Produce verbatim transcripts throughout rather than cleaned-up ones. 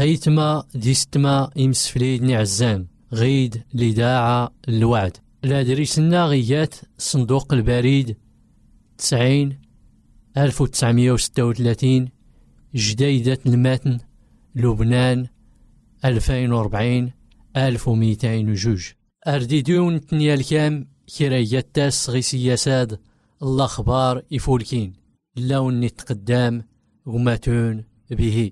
هيتما ديستما إمسفليد نعزان غيد لداعة الوعد لا دريسنا غيات صندوق البريد تسعين ألف وتسعمية وستة وثلاثين جديدة المتن لبنان ألفين وربعين ألف ومئتين وجوج أرديدون تنيا الكام كرايات تاس غي سياساد الأخبار يفولكين اللون نتقدام وماتون به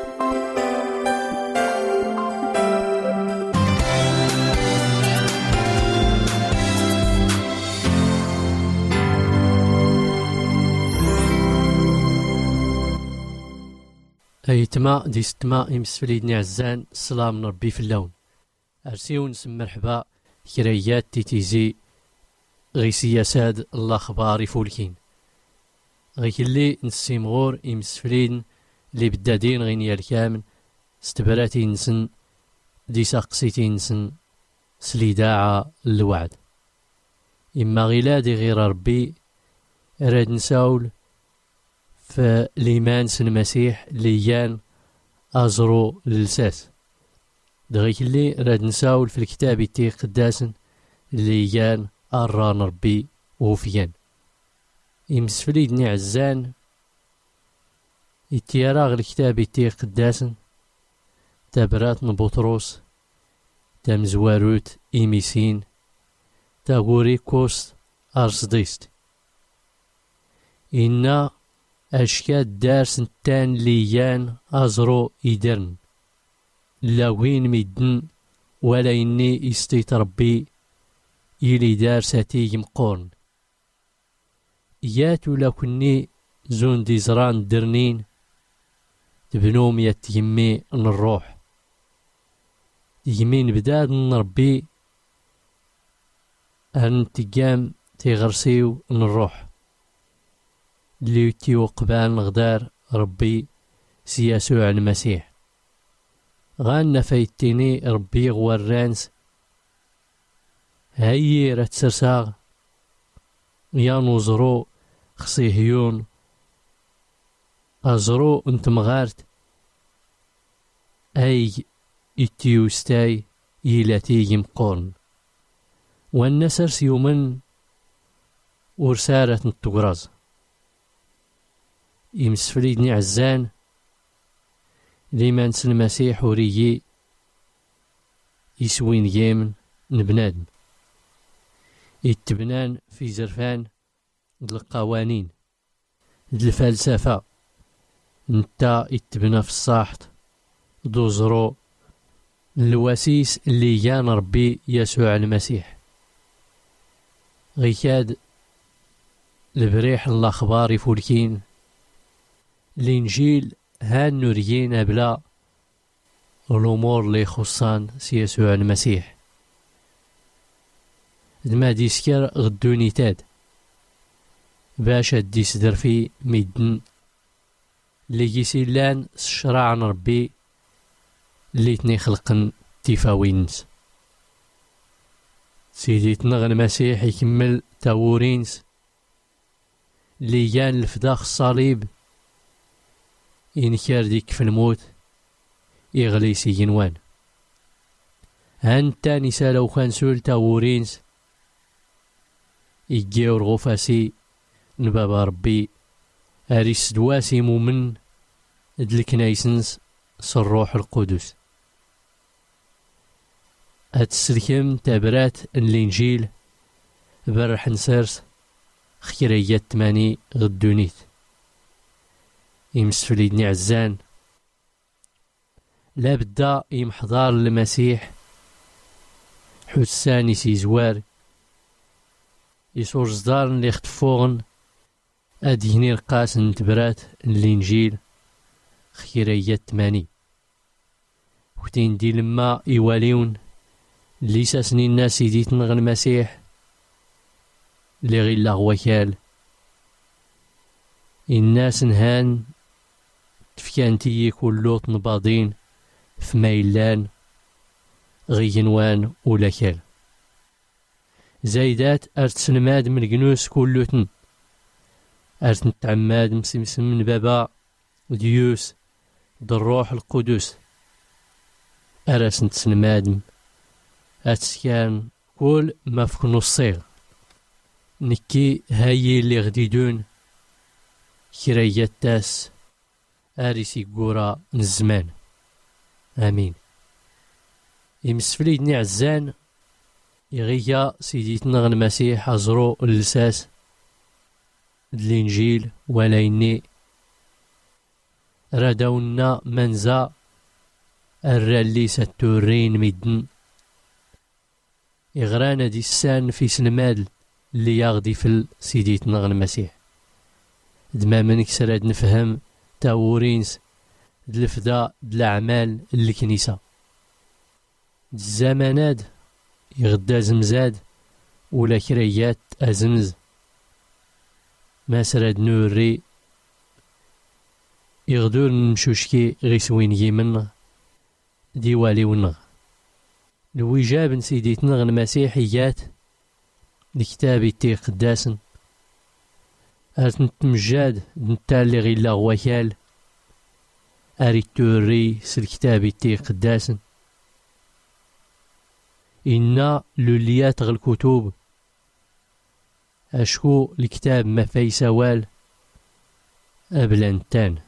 أيتما ديستما إمسفليدني عزان السلام ربي في اللون أرسيون سم مرحبا كرايات تيتيزي غي سياساد الأخبار يفولكين غي كلي نسيمغور إمسفليدن اللي بدادين غينيا الكامن استبراتي نسن دي ساقسيتي نسن سليداعة الوعد إما غيلادي غير ربي راد نساول فليمان سن مسيح ليان أزرو للساس دغيك اللي راد نساول في الكتاب يتي قداسن ليان أران ربي وفيان يمسفليدني عزان يتيراغ الكتاب يتي قداسن تابرات بطرس تامزواروت إيميسين تاغوريكوس أرسديست إنا أشكاد دارس نتان ليان أزرو إيدرن لاوين ميدن ولا إني إستيت ربي إلي دارساتي مقورن إياتو لكني زون دي زران درنين تبنوم يتيمي نروح يمين بداد نربي أن تقام تيغرسيو نروح اللي يتيو قبال غدار ربي سياسوع المسيح غانا فايتيني ربي غوارانس هاي رات سرساغ يا نوزرو خصيهيون أزرو انت مغارت أي إتيو ستاي يلاتي يمقورن والنسر سيومن ورسالة التقراز يمسفليدني عزان لمن سن المسيح وريي يسوين يامن نبنادم يتبنان في زرفان د القوانين د الفلسفة نتا يتبنى في الصاحت دوزرو الواسيس اللي جان ربي يسوع المسيح غيكاد البريح الأخبار يفولكين الإنجيل هان نوريين بلا الأمور اللي يخصان يسوع المسيح دما ديسكر غدوني تاد باش ديس درفي ميدن اللي يسيلان شرع ربي اللي تني خلقن تيفاوينس سيدي تنغ المسيح يكمل تاورينس اللي جان الفداخ الصليب إنكار ديك في الموت يغلي سيجنوان هان تاني سالو خانسول تاورينس يجيور غفاسي نبابا ربي أريس دواسي مؤمن دلك نايسنس صروح القدس هتسلكم تابرات الإنجيل برح نسرس خيريات تماني غدونيت يمسفليدني عزان لا بدا يمحضار المسيح حساني سيزوار يسور صدار اللي اختفوغن اديني رقاس نتبرات الانجيل خيريات تماني وتين دي لما يواليون اللي ساسني الناس يديت نغ المسيح اللي غير لغوكال الناس نهان تفكانتي كلوط نباضين في ميلان غينوان ولا كال زايدات ارتسنماد من جنوس كلوتن ارت نتعماد مسمسم من بابا وديوس بالروح القدس أرسنت سنمادم أتسكان كل ما فكنو الصيغ نكي هاي اللي غديدون كريات تاس أريسي قورا الزمان. آمين. يمسفليدني عزان يغيا سيديتنا المسيح أزرو اللساس الإنجيل ولا إني ردونا منزا الرالي ستورين مدن إغرانا دي السان في سنماد اللي يغدي في سيديتنا المسيح دماما كسراد نفهم تاورينس دلفدا دالأعمال الكنيسة الزمانات يغدا زمزاد ولا كريات أزمز ما سراد نوري يغدور نمشوشكي غيسوين يمن ديوالي ونغ الوجاب سيديتنا المسيحيات لكتابي تي قداسن أرت نتمجاد نتالي غي لا غوكال أريد توري سلكتابي تي قداسن إنا لوليات غ الكتب أشكو الكتاب ما في سوال أبلانتان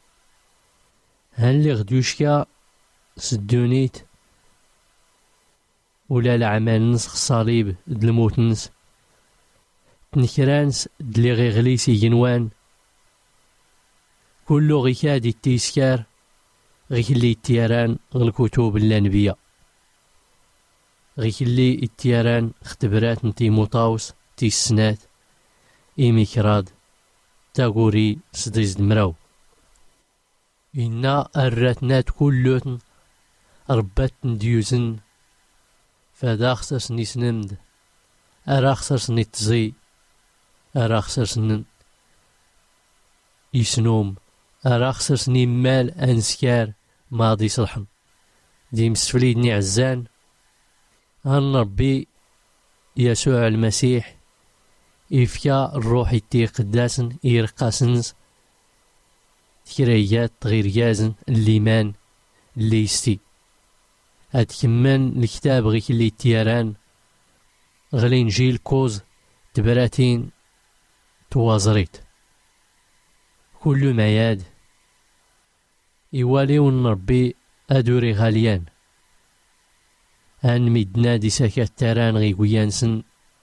هل اللي غدوشكا سدونيت ولا العمال نسخ الصليب د الموت نس تنكرانس دلي غي غليسي ينوان كلو غي كادي التيسكار غي اللي التيران غ الكتب الانبياء غي اللي التيران اختبرات نتي موطاوس تي السنات إيميكراد تاغوري سديز دمراو إنا الراتنات كلوتن ربات نديوزن فدا خسرس نيسنمد أرا خسرس نيتزي أرا خسرس نن يسنوم أرا خسرس نيمال أنسكار ماضي صلحن دي مسفليدني عزان أن ربي يسوع المسيح إفكا الروح يتي قداسن إيرقاسنس تكريات غير جازن الليمان اللي يستي هاد كمان الكتاب غيك اللي تيران غلين جيل كوز تبراتين توازريت كل ما ياد يواليون ربي أدوري غاليان أن مدنا دي ساكات تاران غي قيانسن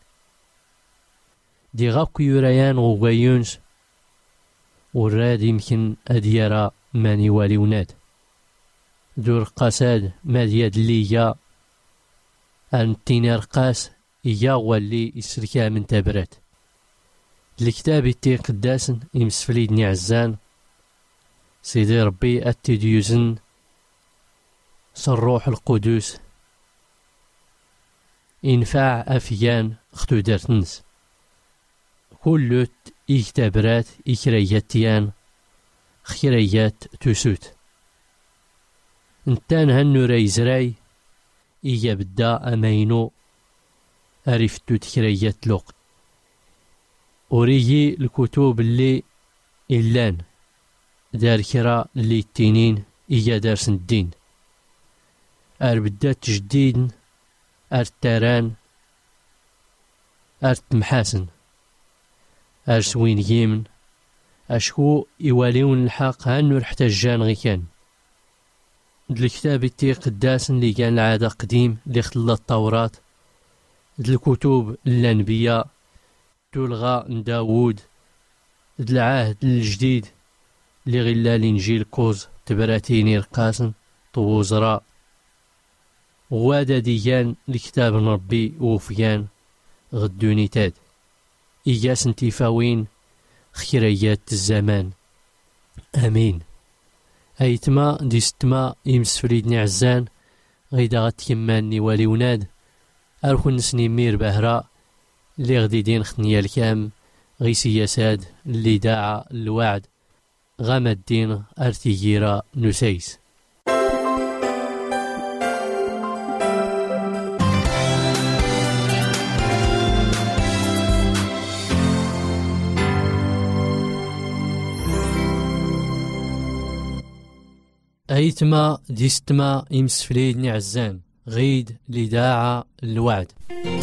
دي غاق يوريان غوغيونس وراد يمكن أديارا ماني واليوناد دور قاساد مادياد ليا أن تينار قاس إيا واللي يسركا من تابرات الكتاب يتي قداسن يمسفليدني عزان سيدي ربي أتديوزن صروح القدوس ينفع أفيان اختو دارتنس كلوت إكتابرات إكرياتيان خيريات تسوت انتان هنو ريزراي إيا بدا أمينو أريفتو تكريات لوق أوريجي الكتب اللي إلان دار كرا اللي التنين إيا دارس الدين أربدات تجديد أرتاران أرت محاسن أرسوين يمن أشكو يواليون الحق هنو رحتجان غي كان الكتاب التي قداسن اللي كان العادة قديم اللي خلى التوراة الكتب الأنبياء تلغى داوود العهد الجديد اللي غلا الإنجيل كوز تبراتيني رقاسن طوزراء غوادا ديان لكتاب ربي وفيان غدوني تاد إياس انتفاوين خيريات الزمان. آمين. أيتما ديستما يمسفليدني عزان غيدا غتكماني والي وناد أرخو نسني مير بهراء اللي غدي دين خنيا الكام غي سياساد اللي داعى الوعد غام الدين أرتيجيرا نسيس. غيتما ديستما يمسفليدني عزان غيد لداعة الوعد.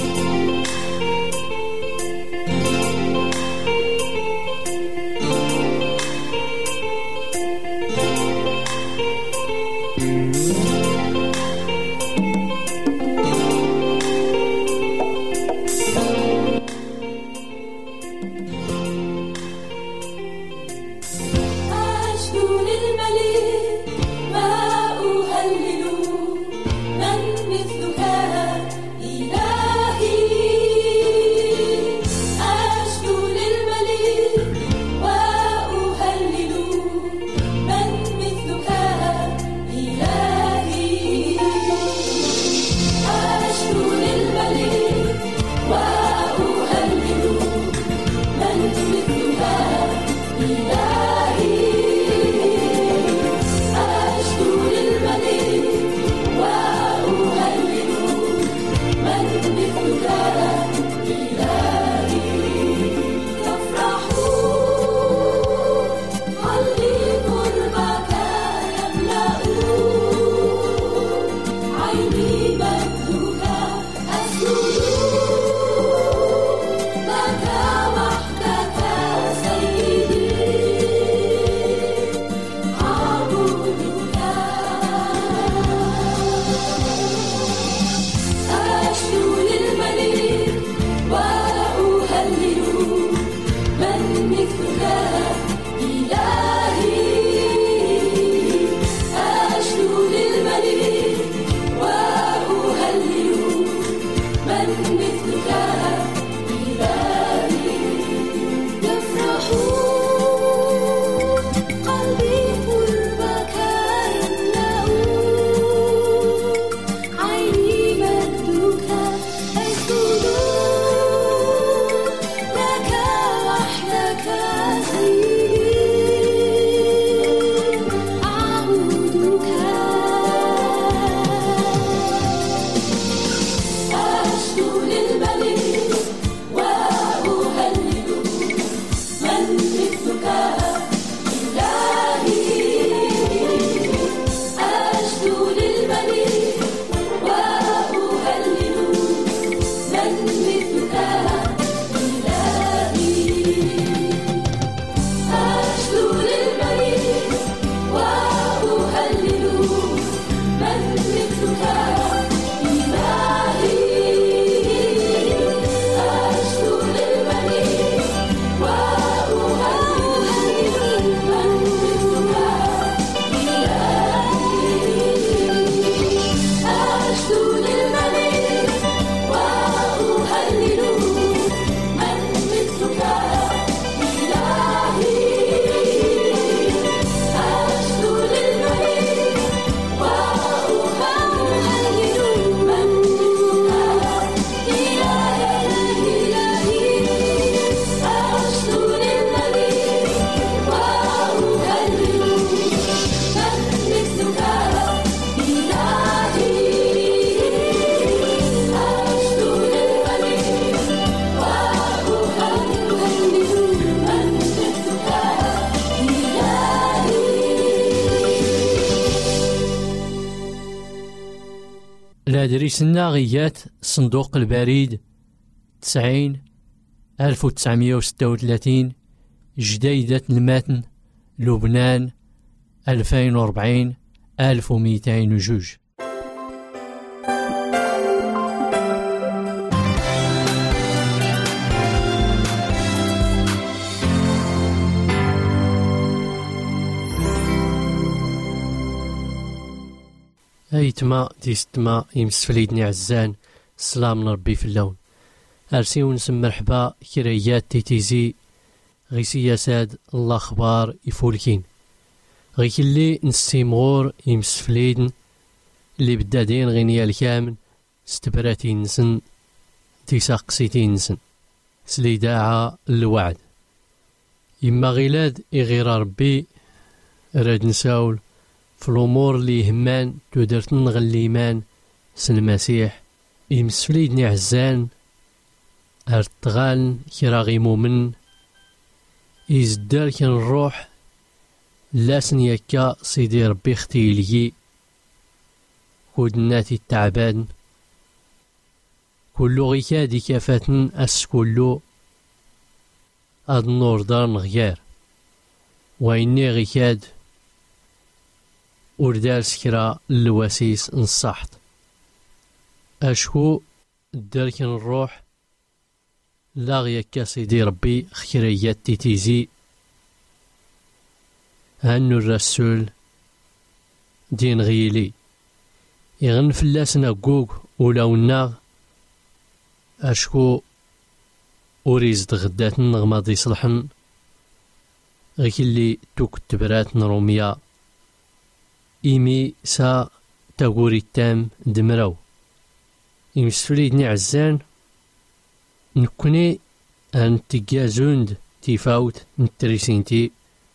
لادريسنا غيات صندوق البريد تسعين ألف وتسعمية وستة وثلاثين جديدة المتن لبنان ألفين وربعين ألف ومئتين وجوج. أيتما ديستما يمسفليدني عزان السلام من ربي في اللون أرسي ونسم مرحبا كريات تيتيزي غي سياساد الله خبار يفولكين غي كلي نستيمغور يمسفليدن اللي بدادين غينيا الكامل استبراتين نسن تيساقسيتين نسن سليداعة الوعد يما غيلاد إغير ربي راد نساول في الأمور اللي يهمان تودرتن غليمان سن المسيح يمسفليدني عزان ارتغال كرا غي مؤمن يزدار كان الروح لاسن يكا سيدي ربي اختي لي كودناتي التعبان كلو غيكادي كافاتن أس كلو أد النور دار نغيار وإني غيكاد وردار سكرا الواسيس نصحت أشكو درك الروح لا غيكا سيدي ربي خيريات تيتيزي هانو الرسول دين غيلي يغن فلاسنا قوق ولاو الناغ أشكو أوريزد غدات النغماضي صلحن غيك اللي توك تبرات نروميا إيمي سا تاقوري التام دمراو يمسفليدني عزان نكوني أن تجازوند تيفاوت نتريسينتي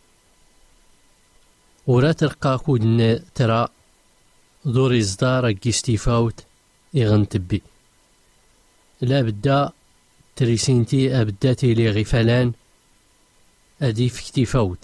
ورا ترقا كودنا ترى دوري زدار كيستيفاوت يغنتبي لا بدا تريسينتي أبداتي لي غفلان أدي في كتيفاوت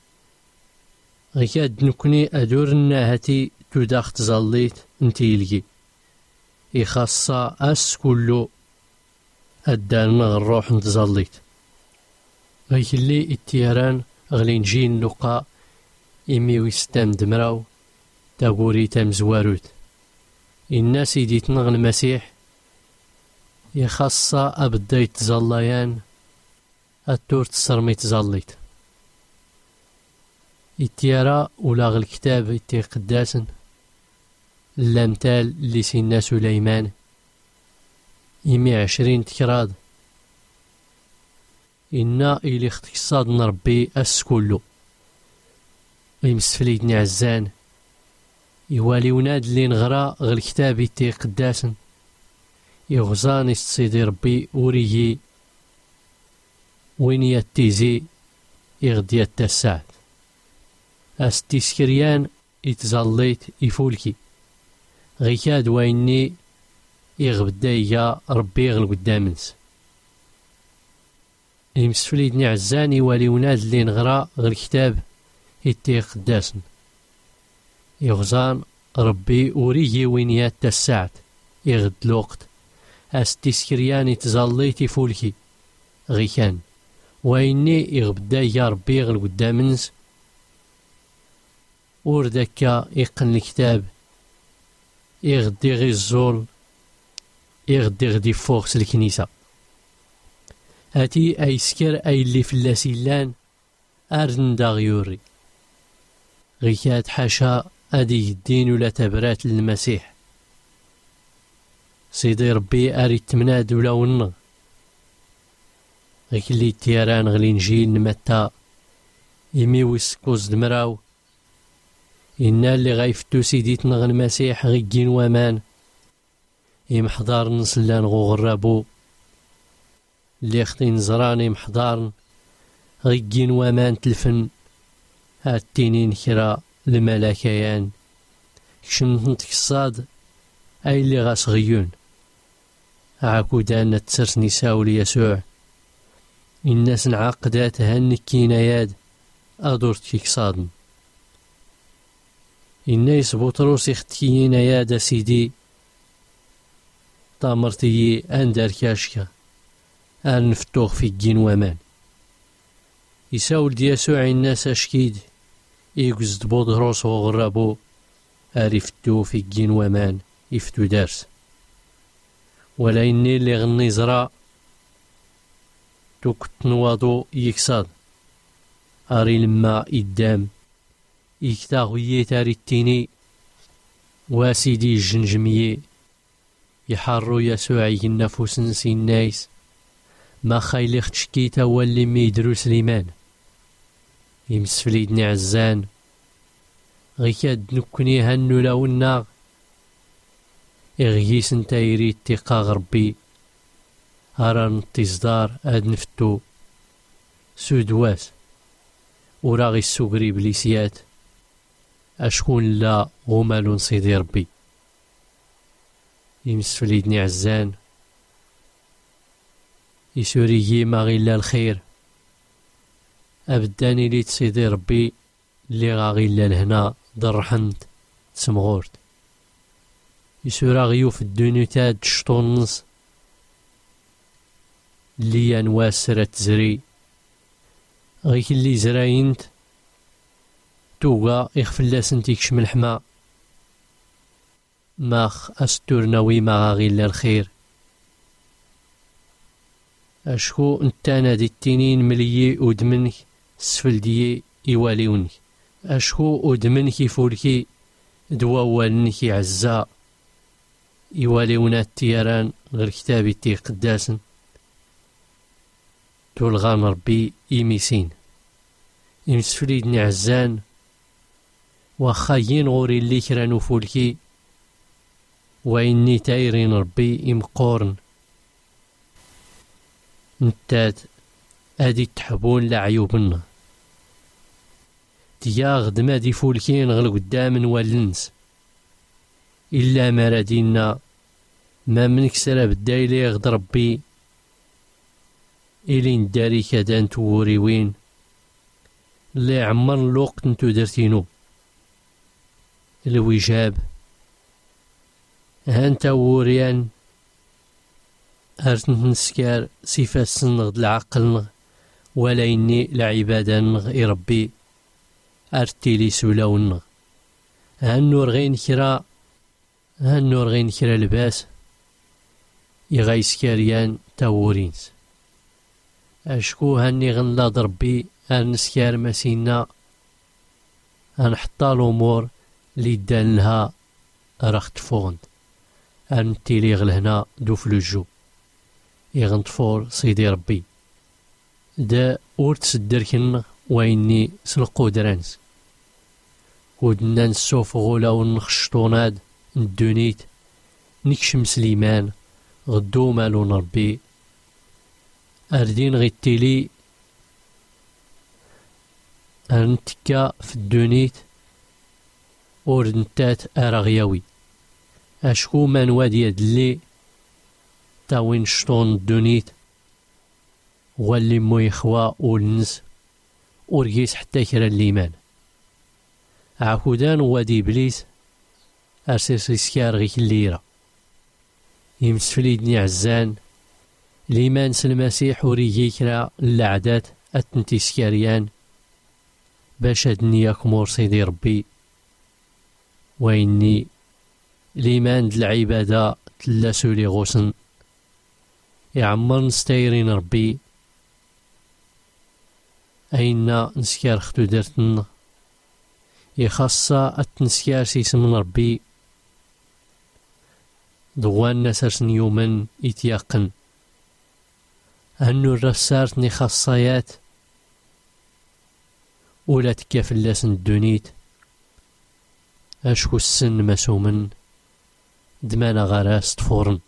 غيكاد نكوني أدور الناهتي تداخ تزاليت نتيلجي يخاصة أس كلو أدان الروح نتزاليت غيك اللي التيران غلي نجي نلقى إمي ويستام دمراو تاقوري تام زواروت الناس يدي تنغ المسيح يخاصة أبدا يتزاليان التور تصرمي تزاليت التيارا ولاغ الكتاب التي قداسن اللامتال اللي سينا سليمان يمي عشرين تكراد إنا إلي اختصاد نربي أس كلو يمسفليدني عزان يوالي وناد اللي نغرا غير الكتاب التي قداسن يغزاني سيدي ربي وريجي وين يتيزي يغدي التسعد استيسكريان يتزليت يفولكي غيكاد ويني يغبدايا ربي غل قدامنس يمسفليدني عزاني والي وناد اللي نغرا غير الكتاب يتي قداسن يغزان ربي وريجي وين يتسعد يغد الوقت استيسكريان يتزليت يفولكي غيكان ويني يغبدا يا ربي غل قدامنس وردكا يقن الكتاب يغدي غي الزول يغدي غدي فوق الكنيسة هاتي اي سكر اي اللي فلاسيلان ارن داغيوري غيكات حاشا ادي الدين ولا تبرات للمسيح سيدي ربي اري تمناد ولا ونغ غيك اللي تيران غلي نجي نمتا يمي ويسكوز دمراو إنا اللي غايفتو سيدي تنغ المسيح غيكين وامان يمحضار نسلان غغرابو اللي اختي نزران يمحضارن غيكين وامان تلفن هاتيني نكرا الملاكيان كشمت نتكصاد أي اللي غاس غيون عاكودان تسرس نساو ليسوع الناس نعقدات هنكينياد أدورت كيكصادن الناس بطروس يختكيين يا دا سيدي طامرتي أندر كاشكا أن نفتوخ في الجين ومان يساول ديسوع الناس أشكيد يقزد بودروس وغرابو أريفتو في الجين ومان يفتو دارس ولا إني اللي غني زرا توك تنواضو يكساد أري لما إدام يكتاغويي تاري التيني واسيدي الجنجميي يحرو يسوعي النفوس نسي النايس ما خايلي ختشكيتا واللي ميدرو سليمان يمسفليدني عزان غيكاد نكوني هنو لاو الناغ إغيس نتا يريد تيقاغ ربي هران تيزدار هاد نفتو سودواس وراغي السوقري بليسيات أشكون لا غمال سيدي ربي يمسفليدني عزان يسوريي ما غيلا الخير أبداني ليت سيدي ربي اللي غاغي لهنا درحنت تسمغورت يسورا غيو في الدونيتاد شطونس اللي ينواسرة تزري غيك اللي زراينت توغا يخفلاس نتيكش من الحما ماخ أستورناوي ما غاغي الخير أشكو نتانا دي التنين مليي ودمنك سفل دي يواليونك أشكو ودمنك يفولكي دواوالنك عزا يواليونا التيران غير كتابي تي قداسن تولغان ربي يميسين يمسفليدني عزان وخاين غوري اللي كرانو فولكي وإني تايرين ربي يمقورن نتات ادي تحبون لعيوبنا تيا غدما دي فولكين غل قدام والنس إلا ما ردينا ما منك سرا بدايلي غد ربي إلي نداري كدان توري وين اللي عمر الوقت نتو درتينو الوجاب هانتا ووريان أرتنت نسكار صفة سنغد العقل ولا إني لعبادة نغ ربي أرتيلي سولاون هالنور غين كرا هالنور غين كرا لباس يغايسكاريان تاورينس أشكو هاني غنلا ضربي أرنسكار مسينا هنحطا الأمور اللي دان لها رخت فوند أرنتيلي غلهنا دوف لجو يغنطفور سيدي ربي دا أورت سدركن وإني سلقو درانس ودنا نسوف غولا ونخشطوناد ندونيت نكشم سليمان غدو مالو نربي أردين غيتيلي أرنتكا في الدونيت أوردنتات أراغياوي أشكو من وادي دلي تاوين شطون الدونيت واللي مو يخوا ولنز ورقيس حتى كرا الليمان عكودان وادي بليس أرسيس ريسكار غيك الليرة يمسفليدني عزان ليمان سلمسيح وريجي كرا اللعدات أتنتي سكاريان باش هدني ياكمور سيدي ربي وإني ليمان دل العبادة تلاسو لي غوسن يعمر نستيرين ربي أين نسكار ختو درتن يخصا التنسكار سيسم من ربي دوان نسرسن يومن يتيقن أنو الرسارتني خاصايات ولا تكافلاسن الدونيت أشكو السن مسومن دمانا غراس تفورن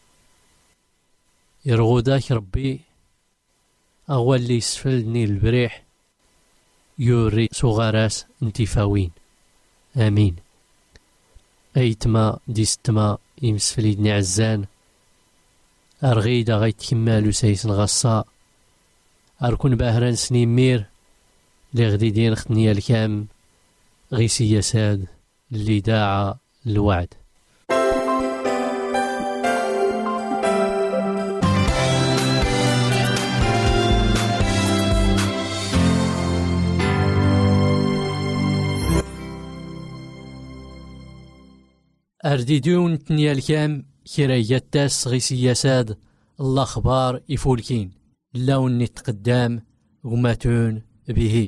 يرغو داك ربي أغوال لي يسفلني البريح يوري صغاراس انتفاوين آمين أيتما ديستما يمسفليدني عزان أرغيدا غيت كمالو سيسن غصا أركون باهران سنين مير لغدي دين ختنيا الكام غيسي يساد اللي داعى الوعد أرديدون تنيا الكام كرايتاس غيسي يساد الله خبار يفولكين لون نتقدام وماتون به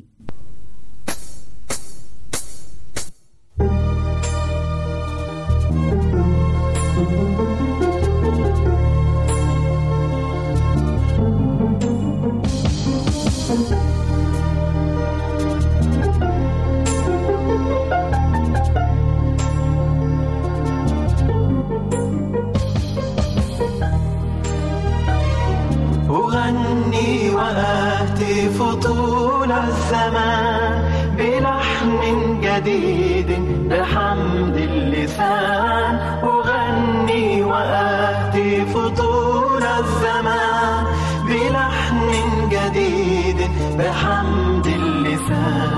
أغني وأهتف طول الزمان بلحن جديد بحمد اللسان. أغني وأهتف طول الزمان بلحن جديد بحمد اللسان.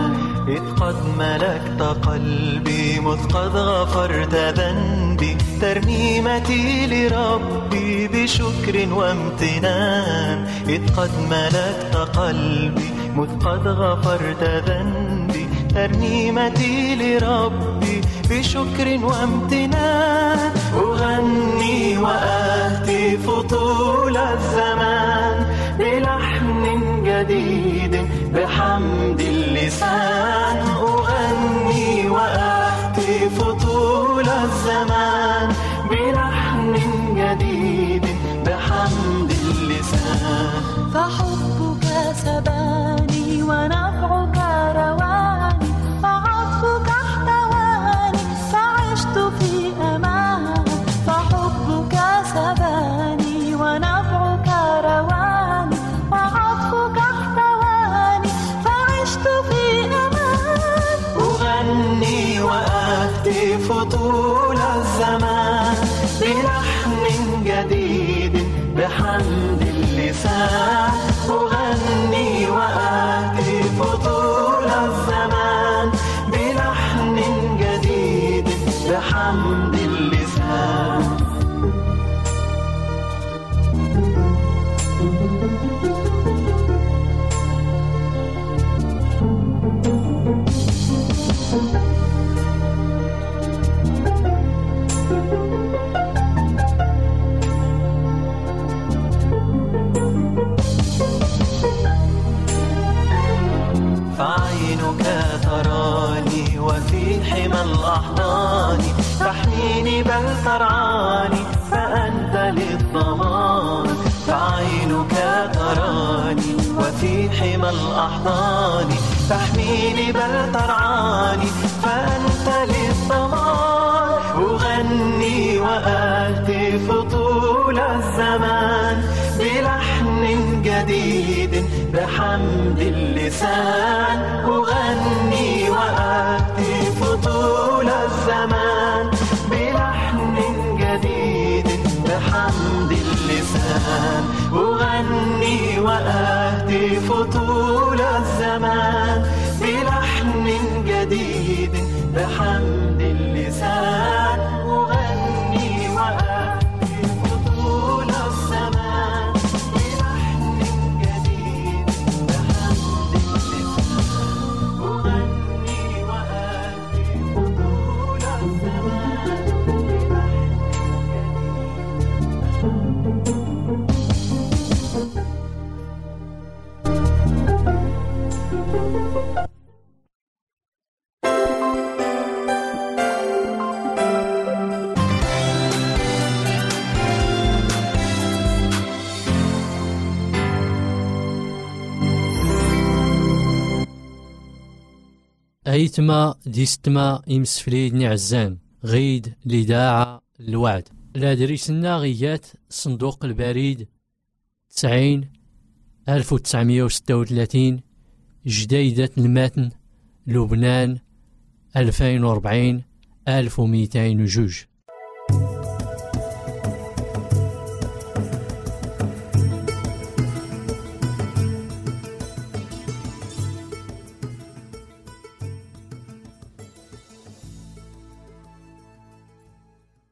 إذ قد ملكت قلبي مذ قد غفرت ذنبي ترنيمتي لربي بشكر وامتنان إذ قد ملكت قلبي مذ قد غفرت ذنبي ترنيمتي لربي بشكر وامتنان أغني وأهتف طول الزمان بلحن جديد بحمد اللسان أغني وأهتف طول الزمان بلحن جديد بحمد اللسان فحبك سباني ونفعك رواني وعطفك احتواني فعشت في أمان فحبك سباني ونفعك رواني وعطفك احتواني فعشت في أمان أغني وأهتف طول الزمان بلحن جديد بحمد اللسان أغني وأهتف طول الزمان بلحن جديد بحمد اللسان فعينك تراني وفي حمى الأحضان تحميني بل ترعاني فأنت للضمان فعينك تراني وفي حمى الأحضان تحميني بل ترعاني فأنت للضمان أغني وأهتف طول الزمان بلحن جديد بحمد اللسان أغني وأهتف طول الزمان بلحن جديد بحمد اللسان أغني وأهتف طول الزمان بلحن جديد بحمد اللسان أغني وأهتف طول الزمان بلحن جديد بحمد اللسان أغني وأهتف طول الزمان أيتما ديستما إمسفليدني عزان غيد لداعة الوعد الأدريسنا غيات صندوق البريد تسعين ألف وتسعمية وستة وثلاثين جديدة المتن لبنان ألفين وأربعين ألف ومئتين وجوج.